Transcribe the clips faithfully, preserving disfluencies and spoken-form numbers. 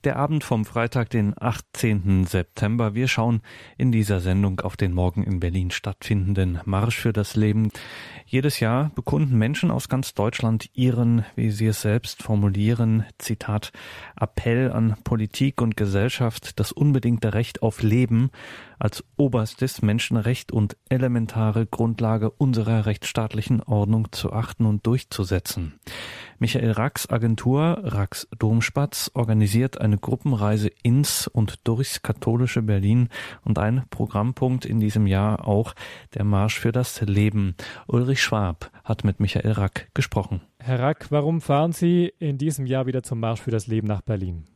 Der Abend vom Freitag, den achtzehnten September. Wir schauen in dieser Sendung auf den morgen in Berlin stattfindenden Marsch für das Leben. Jedes Jahr bekunden Menschen aus ganz Deutschland ihren, wie sie es selbst formulieren, Zitat, Appell an Politik und Gesellschaft, das unbedingte Recht auf Leben als oberstes Menschenrecht und elementare Grundlage unserer rechtsstaatlichen Ordnung zu achten und durchzusetzen. Michael Racks Agentur Racks Domspatz organisiert eine Gruppenreise ins und durchs katholische Berlin und ein Programmpunkt in diesem Jahr auch der Marsch für das Leben. Ulrich Schwab hat mit Michael Rack gesprochen. Herr Rack, warum fahren Sie in diesem Jahr wieder zum Marsch für das Leben nach Berlin?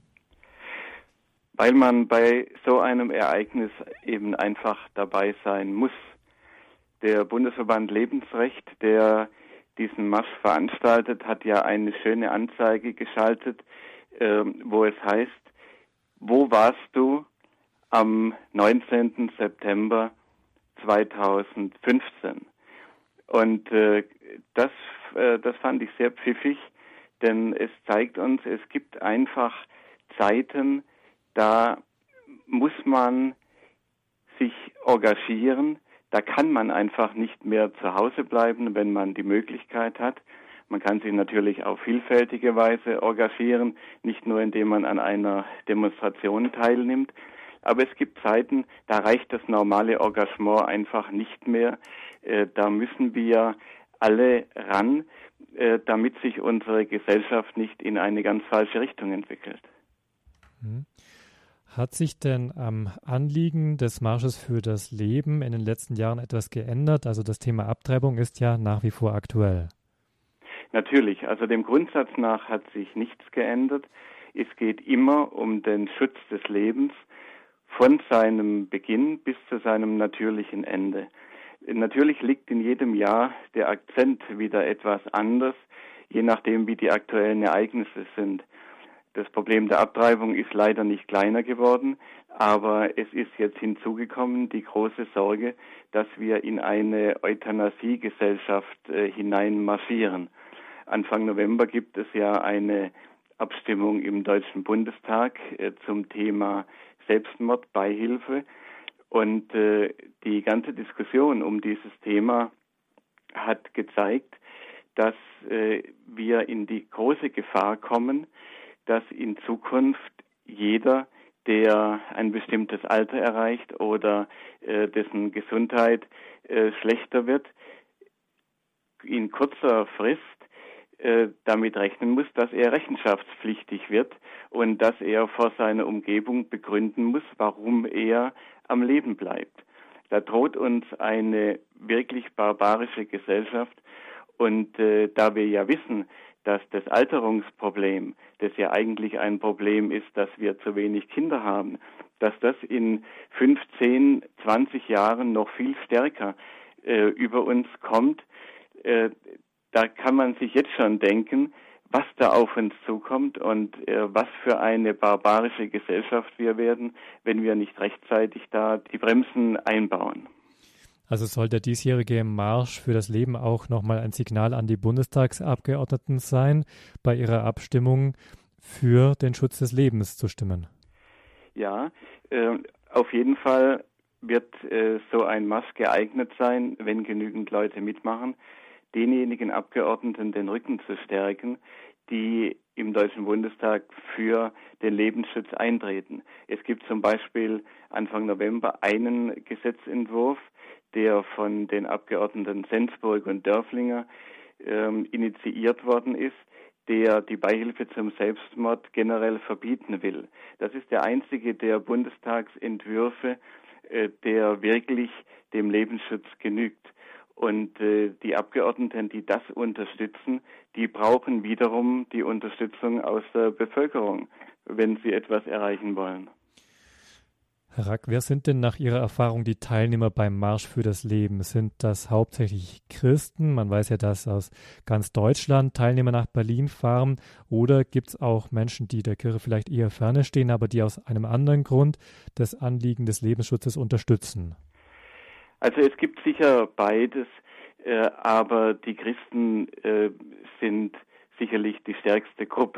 Weil man bei so einem Ereignis eben einfach dabei sein muss. Der Bundesverband Lebensrecht, der diesen Marsch veranstaltet, hat ja eine schöne Anzeige geschaltet, äh, wo es heißt, wo warst du am neunzehnten September zweitausendfünfzehn? Und äh, das, äh, das fand ich sehr pfiffig, denn es zeigt uns, es gibt einfach Zeiten, da muss man sich engagieren, da kann man einfach nicht mehr zu Hause bleiben, wenn man die Möglichkeit hat. Man kann sich natürlich auf vielfältige Weise engagieren, nicht nur indem man an einer Demonstration teilnimmt. Aber es gibt Zeiten, da reicht das normale Engagement einfach nicht mehr. Äh, da müssen wir alle ran, äh, damit sich unsere Gesellschaft nicht in eine ganz falsche Richtung entwickelt. Hm. Hat sich denn am Anliegen des Marsches für das Leben in den letzten Jahren etwas geändert? Also das Thema Abtreibung ist ja nach wie vor aktuell. Natürlich, also dem Grundsatz nach hat sich nichts geändert. Es geht immer um den Schutz des Lebens von seinem Beginn bis zu seinem natürlichen Ende. Natürlich liegt in jedem Jahr der Akzent wieder etwas anders, je nachdem wie die aktuellen Ereignisse sind. Das Problem der Abtreibung ist leider nicht kleiner geworden, aber es ist jetzt hinzugekommen die große Sorge, dass wir in eine Euthanasiegesellschaft äh, hineinmarschieren. Anfang November gibt es ja eine Abstimmung im Deutschen Bundestag äh, zum Thema Selbstmordbeihilfe und äh, die ganze Diskussion um dieses Thema hat gezeigt, dass äh, wir in die große Gefahr kommen, dass in Zukunft jeder, der ein bestimmtes Alter erreicht oder äh, dessen Gesundheit äh, schlechter wird, in kurzer Frist äh, damit rechnen muss, dass er rechenschaftspflichtig wird und dass er vor seiner Umgebung begründen muss, warum er am Leben bleibt. Da droht uns eine wirklich barbarische Gesellschaft und äh, da wir ja wissen, dass das Alterungsproblem, das ja eigentlich ein Problem ist, dass wir zu wenig Kinder haben, dass das in fünfzehn, zwanzig Jahren noch viel stärker äh, über uns kommt. Äh, da kann man sich jetzt schon denken, was da auf uns zukommt und äh, was für eine barbarische Gesellschaft wir werden, wenn wir nicht rechtzeitig da die Bremsen einbauen. Also soll der diesjährige Marsch für das Leben auch nochmal ein Signal an die Bundestagsabgeordneten sein, bei ihrer Abstimmung für den Schutz des Lebens zu stimmen? Ja, äh, auf jeden Fall wird äh, so ein Marsch geeignet sein, wenn genügend Leute mitmachen, denjenigen Abgeordneten den Rücken zu stärken, die im Deutschen Bundestag für den Lebensschutz eintreten. Es gibt zum Beispiel Anfang November einen Gesetzentwurf, der von den Abgeordneten Sensburg und Dörflinger ähm, initiiert worden ist, der die Beihilfe zum Selbstmord generell verbieten will. Das ist der einzige der Bundestagsentwürfe, äh, der wirklich dem Lebensschutz genügt. Und äh, die Abgeordneten, die das unterstützen, die brauchen wiederum die Unterstützung aus der Bevölkerung, wenn sie etwas erreichen wollen. Herr Rack, wer sind denn nach Ihrer Erfahrung die Teilnehmer beim Marsch für das Leben? Sind das hauptsächlich Christen? Man weiß ja, dass aus ganz Deutschland Teilnehmer nach Berlin fahren. Oder gibt es auch Menschen, die der Kirche vielleicht eher ferne stehen, aber die aus einem anderen Grund das Anliegen des Lebensschutzes unterstützen? Also es gibt sicher beides, äh, aber die Christen äh, sind sicherlich die stärkste Gruppe.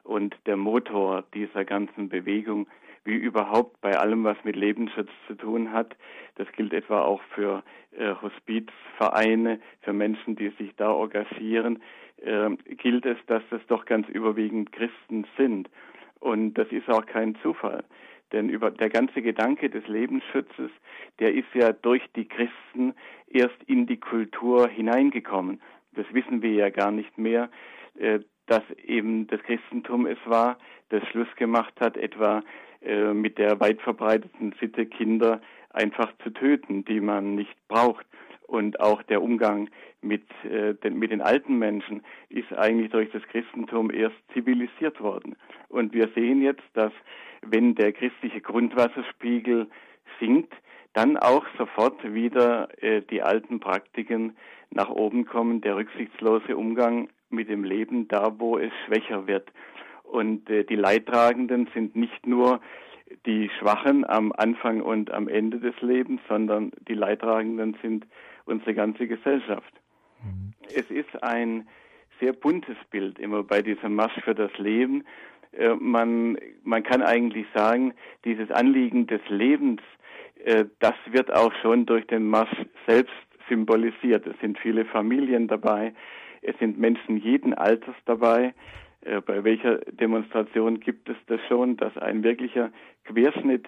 und der Motor dieser ganzen Bewegung, wie überhaupt bei allem, was mit Lebensschutz zu tun hat. Das gilt etwa auch für äh, Hospizvereine, für Menschen, die sich da engagieren, äh, gilt es, dass das doch ganz überwiegend Christen sind. Und das ist auch kein Zufall. Denn über der ganze Gedanke des Lebensschutzes, der ist ja durch die Christen erst in die Kultur hineingekommen. Das wissen wir ja gar nicht mehr, äh, dass eben das Christentum es war, das Schluss gemacht hat, etwa äh, mit der weit verbreiteten Sitte, Kinder einfach zu töten, die man nicht braucht. Und auch der Umgang mit, äh, den, mit den alten Menschen ist eigentlich durch das Christentum erst zivilisiert worden. Und wir sehen jetzt, dass wenn der christliche Grundwasserspiegel sinkt, dann auch sofort wieder äh, die alten Praktiken nach oben kommen, der rücksichtslose Umgang mit dem Leben da, wo es schwächer wird. Und äh, die Leidtragenden sind nicht nur die Schwachen am Anfang und am Ende des Lebens, sondern die Leidtragenden sind unsere ganze Gesellschaft. Mhm. Es ist ein sehr buntes Bild immer bei diesem Marsch für das Leben. Äh, man, man kann eigentlich sagen, dieses Anliegen des Lebens, äh, das wird auch schon durch den Marsch selbst symbolisiert. Es sind viele Familien dabei, es sind Menschen jeden Alters dabei. Äh, bei welcher Demonstration gibt es das schon, dass ein wirklicher Querschnitt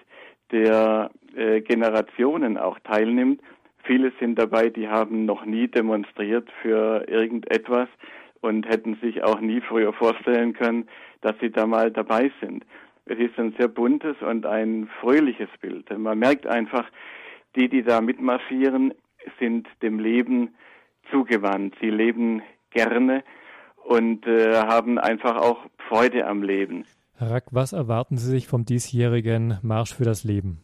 der äh, Generationen auch teilnimmt. Viele sind dabei, die haben noch nie demonstriert für irgendetwas und hätten sich auch nie früher vorstellen können, dass sie da mal dabei sind. Es ist ein sehr buntes und ein fröhliches Bild. Man merkt einfach, die, die da mitmarschieren, sind dem Leben zugewandt. Sie leben gerne und äh, haben einfach auch Freude am Leben. Herr Rack, was erwarten Sie sich vom diesjährigen Marsch für das Leben?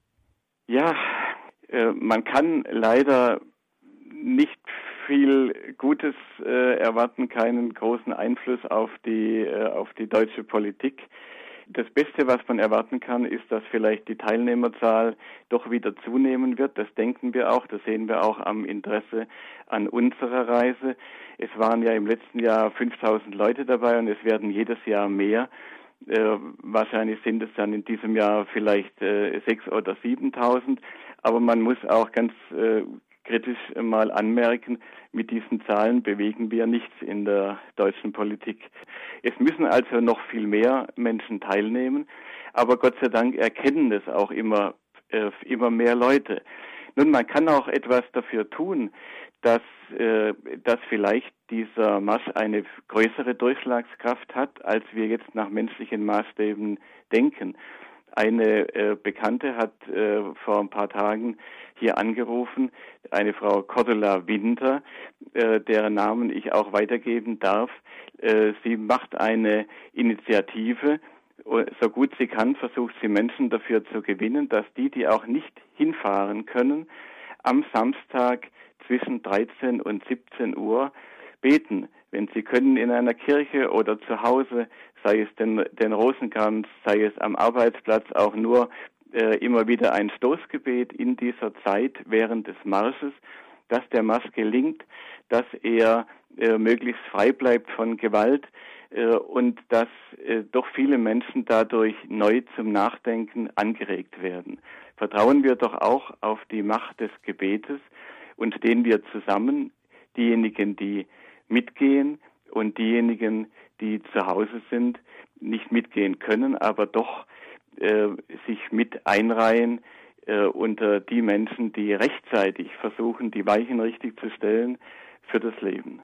Ja, äh, man kann leider nicht viel Gutes äh, erwarten, keinen großen Einfluss auf die, äh, auf die deutsche Politik. Das Beste, was man erwarten kann, ist, dass vielleicht die Teilnehmerzahl doch wieder zunehmen wird. Das denken wir auch, das sehen wir auch am Interesse an unserer Reise. Es waren ja im letzten Jahr fünftausend Leute dabei und es werden jedes Jahr mehr. Äh, wahrscheinlich sind es dann in diesem Jahr vielleicht äh, sechstausend oder siebentausend. Aber man muss auch ganz äh, kritisch mal anmerken, mit diesen Zahlen bewegen wir nichts in der deutschen Politik. Es müssen also noch viel mehr Menschen teilnehmen, aber Gott sei Dank erkennen das auch immer, äh, immer mehr Leute. Nun, man kann auch etwas dafür tun, dass, äh, dass vielleicht dieser Marsch eine größere Durchschlagskraft hat, als wir jetzt nach menschlichen Maßstäben denken. Eine äh, Bekannte hat äh, vor ein paar Tagen hier angerufen, eine Frau Cordula Winter, äh, deren Namen ich auch weitergeben darf. Äh, sie macht eine Initiative, so gut sie kann, versucht sie Menschen dafür zu gewinnen, dass die, die auch nicht hinfahren können, am Samstag zwischen dreizehn und siebzehn Uhr beten. Wenn sie können, in einer Kirche oder zu Hause, sei es den, den Rosenkranz, sei es am Arbeitsplatz, auch nur äh, immer wieder ein Stoßgebet in dieser Zeit während des Marsches, dass der Marsch gelingt, dass er äh, möglichst frei bleibt von Gewalt äh, und dass äh, doch viele Menschen dadurch neu zum Nachdenken angeregt werden. Vertrauen wir doch auch auf die Macht des Gebetes und stehen wir zusammen, diejenigen, die mitgehen und diejenigen, die zu Hause sind, nicht mitgehen können, aber doch äh, sich mit einreihen äh, unter die Menschen, die rechtzeitig versuchen, die Weichen richtig zu stellen für das Leben.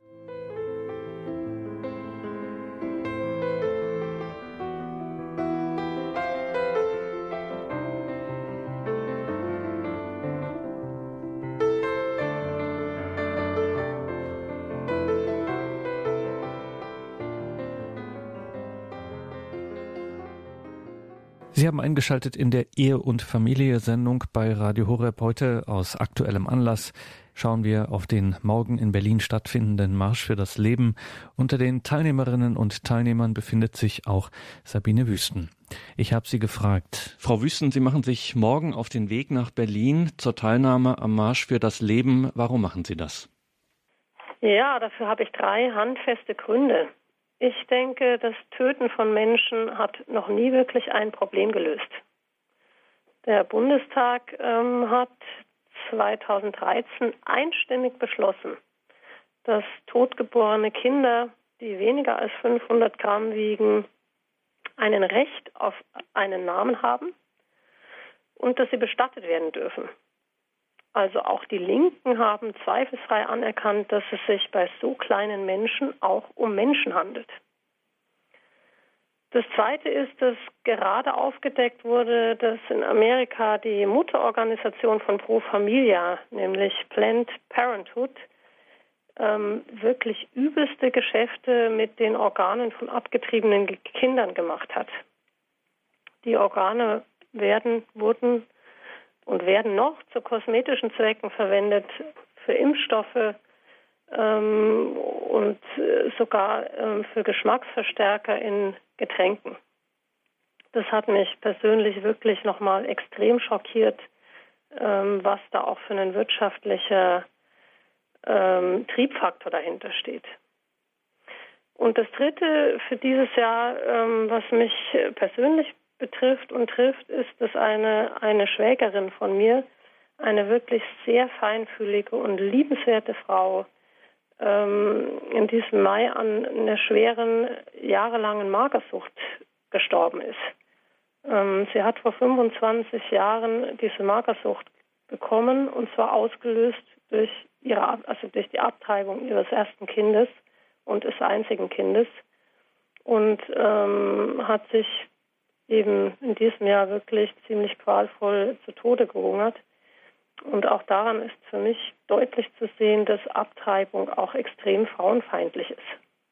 Sie haben eingeschaltet in der Ehe- und Familie-Sendung bei Radio Horeb. Heute aus aktuellem Anlass schauen wir auf den morgen in Berlin stattfindenden Marsch für das Leben. Unter den Teilnehmerinnen und Teilnehmern befindet sich auch Sabine Wüsten. Ich habe sie gefragt. Frau Wüsten, Sie machen sich morgen auf den Weg nach Berlin zur Teilnahme am Marsch für das Leben. Warum machen Sie das? Ja, dafür habe ich drei handfeste Gründe. Ich denke, das Töten von Menschen hat noch nie wirklich ein Problem gelöst. Der Bundestag ähm, hat zweitausenddreizehn einstimmig beschlossen, dass totgeborene Kinder, die weniger als fünfhundert Gramm wiegen, ein Recht auf einen Namen haben und dass sie bestattet werden dürfen. Also auch die Linken haben zweifelsfrei anerkannt, dass es sich bei so kleinen Menschen auch um Menschen handelt. Das Zweite ist, dass gerade aufgedeckt wurde, dass in Amerika die Mutterorganisation von Pro Familia, nämlich Planned Parenthood, ähm, wirklich übelste Geschäfte mit den Organen von abgetriebenen Kindern gemacht hat. Die Organe werden, wurden und werden noch zu kosmetischen Zwecken verwendet, für Impfstoffe ähm, und sogar ähm, für Geschmacksverstärker in Getränken. Das hat mich persönlich wirklich nochmal extrem schockiert, ähm, was da auch für ein wirtschaftlicher ähm, Triebfaktor dahinter steht. Und das Dritte für dieses Jahr, ähm, was mich persönlich betrifft und trifft, ist, dass eine, eine Schwägerin von mir, eine wirklich sehr feinfühlige und liebenswerte Frau, ähm, in diesem Mai an einer schweren, jahrelangen Magersucht gestorben ist. Ähm, sie hat vor fünfundzwanzig Jahren diese Magersucht bekommen, und zwar ausgelöst durch ihre, also durch die Abtreibung ihres ersten Kindes und des einzigen Kindes, und ähm, hat sich eben in diesem Jahr wirklich ziemlich qualvoll zu Tode gehungert. Und auch daran ist für mich deutlich zu sehen, dass Abtreibung auch extrem frauenfeindlich ist.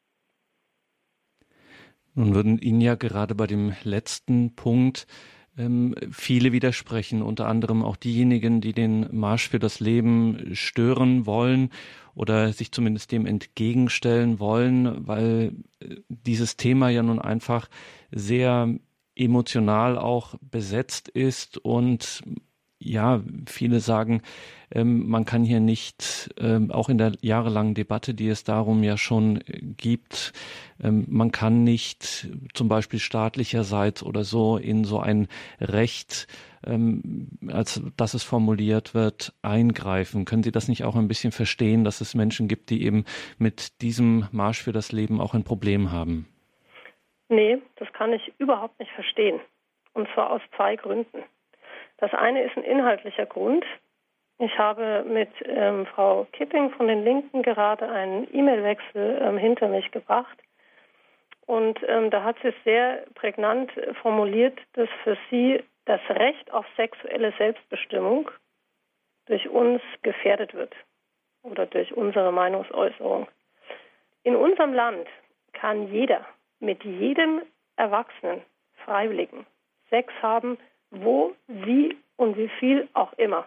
Nun würden Ihnen ja gerade bei dem letzten Punkt ähm, viele widersprechen, unter anderem auch diejenigen, die den Marsch für das Leben stören wollen oder sich zumindest dem entgegenstellen wollen, weil dieses Thema ja nun einfach sehr emotional auch besetzt ist und ja, viele sagen, ähm, man kann hier nicht, ähm, auch in der jahrelangen Debatte, die es darum ja schon äh, gibt, ähm, man kann nicht zum Beispiel staatlicherseits oder so in so ein Recht, ähm, als dass es formuliert wird, eingreifen. Können Sie das nicht auch ein bisschen verstehen, dass es Menschen gibt, die eben mit diesem Marsch für das Leben auch ein Problem haben? Nee, das kann ich überhaupt nicht verstehen. Und zwar aus zwei Gründen. Das eine ist ein inhaltlicher Grund. Ich habe mit ähm, Frau Kipping von den Linken gerade einen E-Mail-Wechsel ähm, hinter mich gebracht. Und ähm, da hat sie es sehr prägnant formuliert, dass für sie das Recht auf sexuelle Selbstbestimmung durch uns gefährdet wird oder durch unsere Meinungsäußerung. In unserem Land kann jeder mit jedem Erwachsenen, Freiwilligen, Sex haben, wo, wie und wie viel auch immer.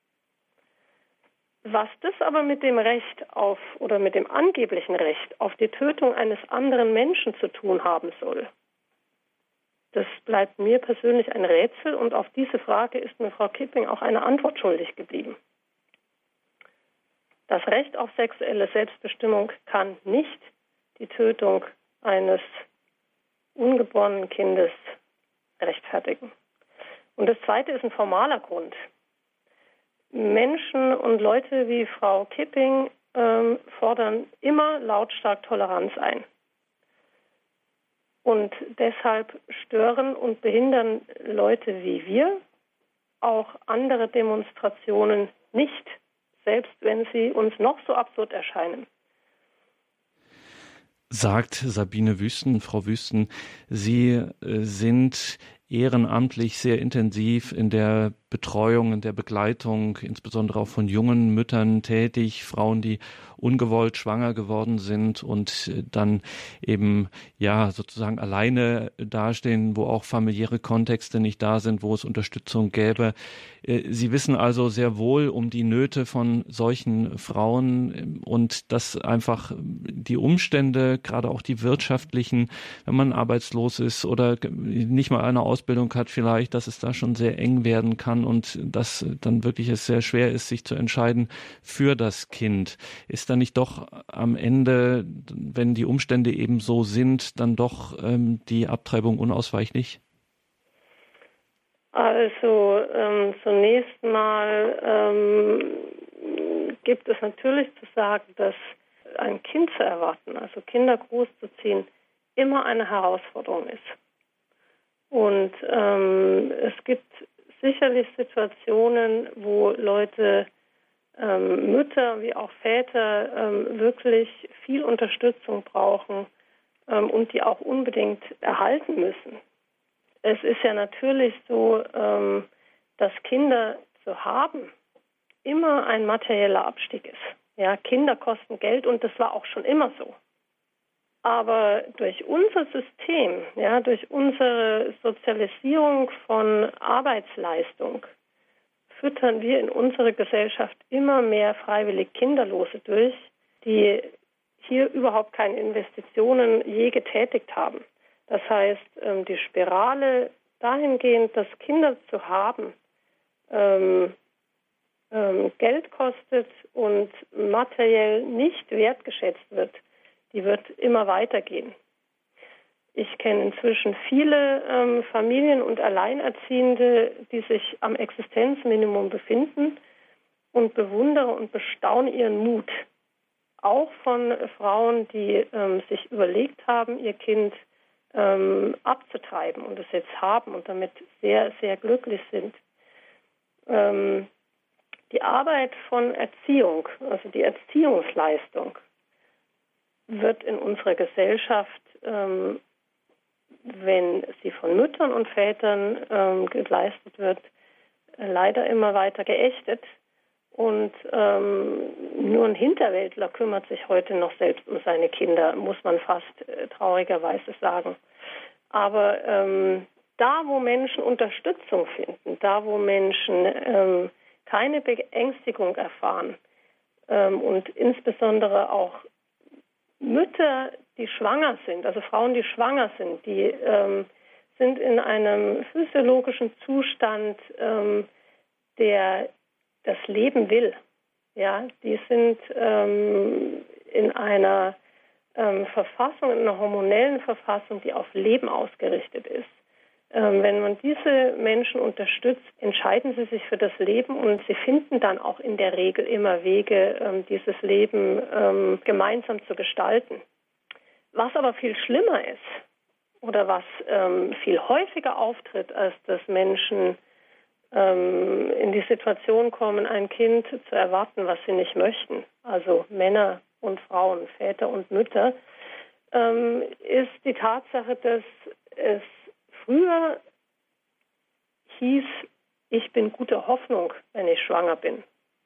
Was das aber mit dem Recht auf oder mit dem angeblichen Recht auf die Tötung eines anderen Menschen zu tun haben soll, das bleibt mir persönlich ein Rätsel, und auf diese Frage ist mir Frau Kipping auch eine Antwort schuldig geblieben. Das Recht auf sexuelle Selbstbestimmung kann nicht die Tötung eines ungeborenen Kindes rechtfertigen. Und das Zweite ist ein formaler Grund. Menschen und Leute wie Frau Kipping ähm, fordern immer lautstark Toleranz ein. Und deshalb stören und behindern Leute wie wir auch andere Demonstrationen nicht, selbst wenn sie uns noch so absurd erscheinen. Sagt Sabine Wüsten. Frau Wüsten, Sie äh, sind ehrenamtlich sehr intensiv in der Betreuung, in der Begleitung, insbesondere auch von jungen Müttern tätig, Frauen, die ungewollt schwanger geworden sind und dann eben ja sozusagen alleine dastehen, wo auch familiäre Kontexte nicht da sind, wo es Unterstützung gäbe. Sie wissen also sehr wohl um die Nöte von solchen Frauen und dass einfach die Umstände, gerade auch die wirtschaftlichen, wenn man arbeitslos ist oder nicht mal eine Ausbildung hat vielleicht, dass es da schon sehr eng werden kann Eltern und dass dann wirklich es sehr schwer ist, sich zu entscheiden für das Kind. Ist da nicht doch am Ende, wenn die Umstände eben so sind, dann doch ähm, die Abtreibung unausweichlich? Also ähm, zunächst mal ähm, gibt es natürlich zu sagen, dass ein Kind zu erwarten, also Kinder großzuziehen, immer eine Herausforderung ist. Und ähm, es gibt sicherlich Situationen, wo Leute, ähm, Mütter wie auch Väter, ähm, wirklich viel Unterstützung brauchen ähm, und die auch unbedingt erhalten müssen. Es ist ja natürlich so, ähm, dass Kinder zu haben immer ein materieller Abstieg ist. Ja, Kinder kosten Geld und das war auch schon immer so. Aber durch unser System, ja, durch unsere Sozialisierung von Arbeitsleistung füttern wir in unserer Gesellschaft immer mehr freiwillig Kinderlose durch, die hier überhaupt keine Investitionen je getätigt haben. Das heißt, die Spirale dahingehend, dass Kinder zu haben, ähm, ähm, Geld kostet und materiell nicht wertgeschätzt wird, die wird immer weitergehen. Ich kenne inzwischen viele ähm, Familien und Alleinerziehende, die sich am Existenzminimum befinden und bewundere und bestaune ihren Mut. Auch von Frauen, die ähm, sich überlegt haben, ihr Kind ähm, abzutreiben und es jetzt haben und damit sehr, sehr glücklich sind. Ähm, die Arbeit von Erziehung, also die Erziehungsleistung, wird in unserer Gesellschaft, ähm, wenn sie von Müttern und Vätern ähm, geleistet wird, äh, leider immer weiter geächtet. Und ähm, nur ein Hinterwäldler kümmert sich heute noch selbst um seine Kinder, muss man fast äh, traurigerweise sagen. Aber ähm, da, wo Menschen Unterstützung finden, da, wo Menschen ähm, keine Beängstigung erfahren ähm, und insbesondere auch Mütter, die schwanger sind, also Frauen, die schwanger sind, die ähm, sind in einem physiologischen Zustand, ähm, der das Leben will. Ja, die sind ähm, in einer ähm, Verfassung, in einer hormonellen Verfassung, die auf Leben ausgerichtet ist. Ähm, wenn man diese Menschen unterstützt, entscheiden sie sich für das Leben und sie finden dann auch in der Regel immer Wege, ähm, dieses Leben ähm, gemeinsam zu gestalten. Was aber viel schlimmer ist oder was ähm, viel häufiger auftritt, als dass Menschen ähm, in die Situation kommen, ein Kind zu erwarten, was sie nicht möchten, also Männer und Frauen, Väter und Mütter, ähm, ist die Tatsache, dass es früher hieß, ich bin gute Hoffnung, wenn ich schwanger bin.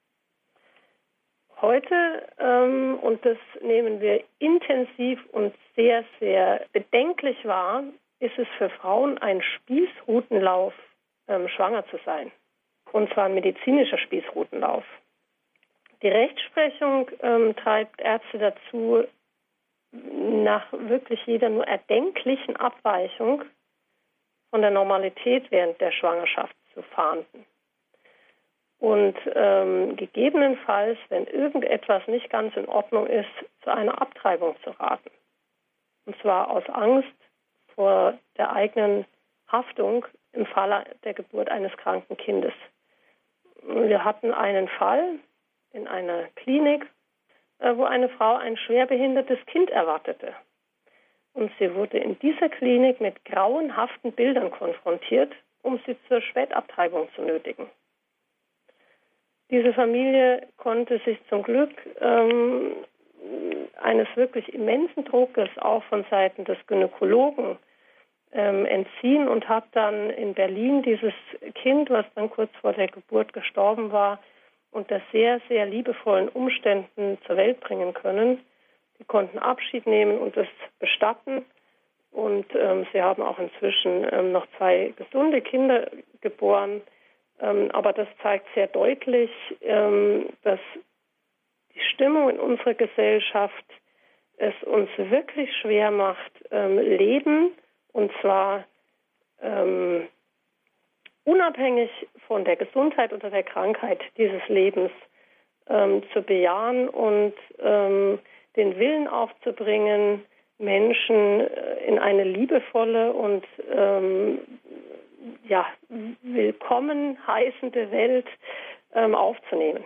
Heute, ähm, und das nehmen wir intensiv und sehr, sehr bedenklich wahr, ist es für Frauen ein Spießrutenlauf, ähm, schwanger zu sein. Und zwar ein medizinischer Spießrutenlauf. Die Rechtsprechung ähm, treibt Ärzte dazu, nach wirklich jeder nur erdenklichen Abweichung von der Normalität während der Schwangerschaft zu fahnden. Und ähm, gegebenenfalls, wenn irgendetwas nicht ganz in Ordnung ist, zu einer Abtreibung zu raten. Und zwar aus Angst vor der eigenen Haftung im Falle der Geburt eines kranken Kindes. Wir hatten einen Fall in einer Klinik, äh, wo eine Frau ein schwerbehindertes Kind erwartete. Und sie wurde in dieser Klinik mit grauenhaften Bildern konfrontiert, um sie zur Spätabtreibung zu nötigen. Diese Familie konnte sich zum Glück ähm, eines wirklich immensen Druckes auch von Seiten des Gynäkologen ähm, entziehen und hat dann in Berlin dieses Kind, was dann kurz vor der Geburt gestorben war, unter sehr, sehr liebevollen Umständen zur Welt bringen können. Die konnten Abschied nehmen und es bestatten. Und ähm, sie haben auch inzwischen ähm, noch zwei gesunde Kinder geboren. Ähm, aber das zeigt sehr deutlich, ähm, dass die Stimmung in unserer Gesellschaft es uns wirklich schwer macht, ähm, Leben, und zwar ähm, unabhängig von der Gesundheit oder der Krankheit dieses Lebens ähm, zu bejahen und ähm, den Willen aufzubringen, Menschen in eine liebevolle und ähm, ja, willkommen heißende Welt ähm, aufzunehmen.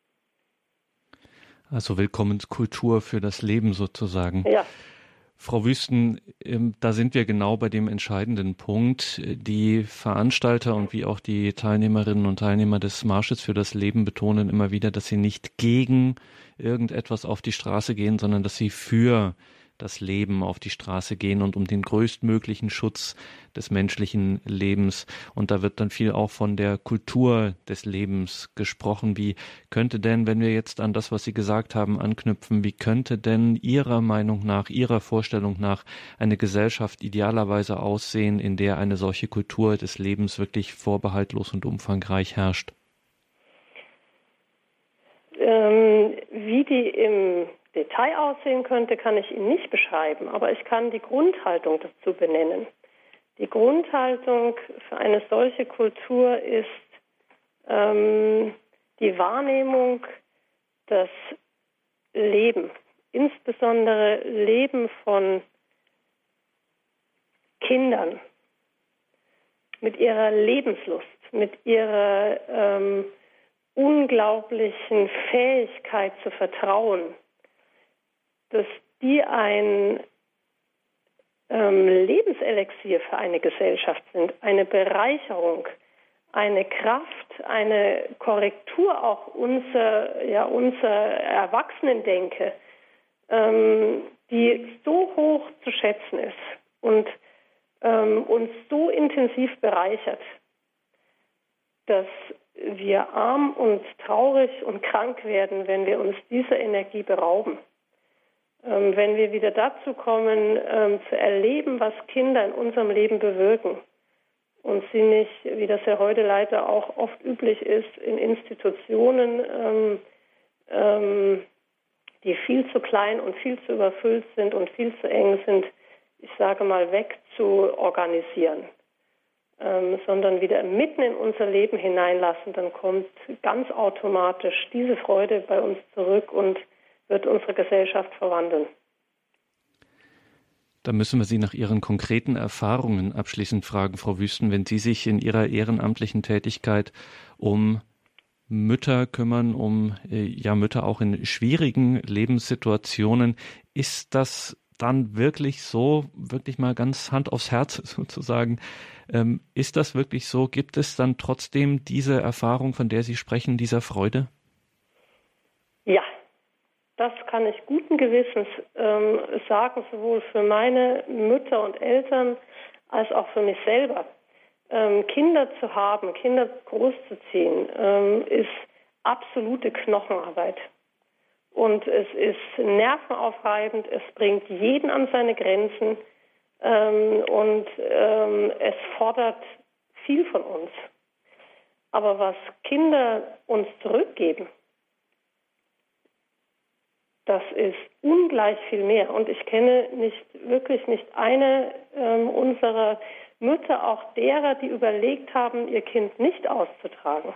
Also Willkommenskultur für das Leben sozusagen. Ja. Frau Wüsten, da sind wir genau bei dem entscheidenden Punkt. Die Veranstalter und wie auch die Teilnehmerinnen und Teilnehmer des Marsches für das Leben betonen immer wieder, dass sie nicht gegen irgendetwas auf die Straße gehen, sondern dass sie für das Leben auf die Straße gehen und um den größtmöglichen Schutz des menschlichen Lebens. Und da wird dann viel auch von der Kultur des Lebens gesprochen. Wie könnte denn, wenn wir jetzt an das, was Sie gesagt haben, anknüpfen, wie könnte denn Ihrer Meinung nach, Ihrer Vorstellung nach eine Gesellschaft idealerweise aussehen, in der eine solche Kultur des Lebens wirklich vorbehaltlos und umfangreich herrscht? Ähm, wie die im Detail aussehen könnte, kann ich Ihnen nicht beschreiben, aber ich kann die Grundhaltung dazu benennen. Die Grundhaltung für eine solche Kultur ist ähm, die Wahrnehmung, dass Leben, insbesondere Leben von Kindern, mit ihrer Lebenslust, mit ihrer ähm, unglaublichen Fähigkeit zu vertrauen, dass die ein ähm, Lebenselixier für eine Gesellschaft sind, eine Bereicherung, eine Kraft, eine Korrektur auch unser, ja, unser Erwachsenendenke, ähm, die so hoch zu schätzen ist und ähm, uns so intensiv bereichert, dass wir arm und traurig und krank werden, wenn wir uns dieser Energie berauben. Ähm, wenn wir wieder dazu kommen, ähm, zu erleben, was Kinder in unserem Leben bewirken und sie nicht, wie das ja heute leider auch oft üblich ist, in Institutionen, ähm, ähm, die viel zu klein und viel zu überfüllt sind und viel zu eng sind, ich sage mal, weg zu organisieren. Ähm, sondern wieder mitten in unser Leben hineinlassen, dann kommt ganz automatisch diese Freude bei uns zurück und wird unsere Gesellschaft verwandeln. Da müssen wir Sie nach Ihren konkreten Erfahrungen abschließend fragen, Frau Wüsten, wenn Sie sich in Ihrer ehrenamtlichen Tätigkeit um Mütter kümmern, um ja Mütter auch in schwierigen Lebenssituationen, ist das dann wirklich so, wirklich mal ganz Hand aufs Herz sozusagen, ähm, ist das wirklich so? Gibt es dann trotzdem diese Erfahrung, von der Sie sprechen, dieser Freude? Ja, das kann ich guten Gewissens ähm, sagen, sowohl für meine Mütter und Eltern als auch für mich selber. Ähm, Kinder zu haben, Kinder großzuziehen, ähm, ist absolute Knochenarbeit. Und es ist nervenaufreibend, es bringt jeden an seine Grenzen ähm, und ähm, es fordert viel von uns. Aber was Kinder uns zurückgeben, das ist ungleich viel mehr. Und ich kenne nicht wirklich nicht eine ähm, unserer Mütter, auch derer, die überlegt haben, ihr Kind nicht auszutragen.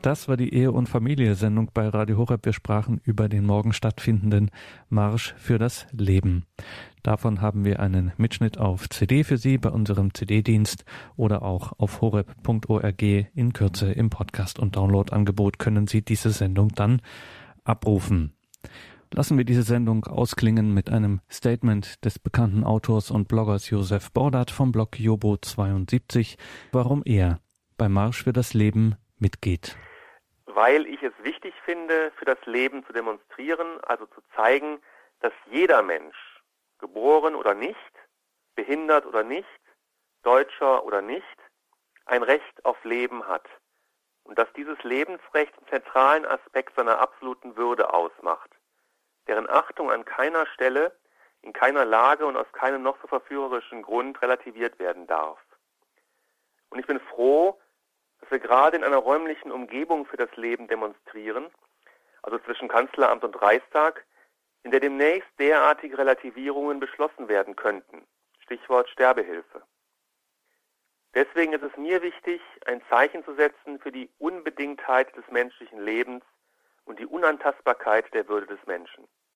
Das war die Ehe- und Familie-Sendung bei Radio Horeb. Wir sprachen über den morgen stattfindenden Marsch für das Leben. Davon haben wir einen Mitschnitt auf C D für Sie bei unserem C D-Dienst oder auch auf horeb punkt org. In Kürze im Podcast- und Download-Angebot können Sie diese Sendung dann abrufen. Lassen wir diese Sendung ausklingen mit einem Statement des bekannten Autors und Bloggers Josef Bordat vom Blog Jobo zweiundsiebzig, warum er beim Marsch für das Leben mitgeht. Weil ich es wichtig finde, für das Leben zu demonstrieren, also zu zeigen, dass jeder Mensch, geboren oder nicht, behindert oder nicht, Deutscher oder nicht, ein Recht auf Leben hat. Und dass dieses Lebensrecht einen zentralen Aspekt seiner absoluten Würde ausmacht, deren Achtung an keiner Stelle, in keiner Lage und aus keinem noch so verführerischen Grund relativiert werden darf. Und ich bin froh, dass wir gerade in einer räumlichen Umgebung für das Leben demonstrieren, also zwischen Kanzleramt und Reichstag, in der demnächst derartige Relativierungen beschlossen werden könnten. Stichwort Sterbehilfe. Deswegen ist es mir wichtig, ein Zeichen zu setzen für die Unbedingtheit des menschlichen Lebens und die Unantastbarkeit der Würde des Menschen.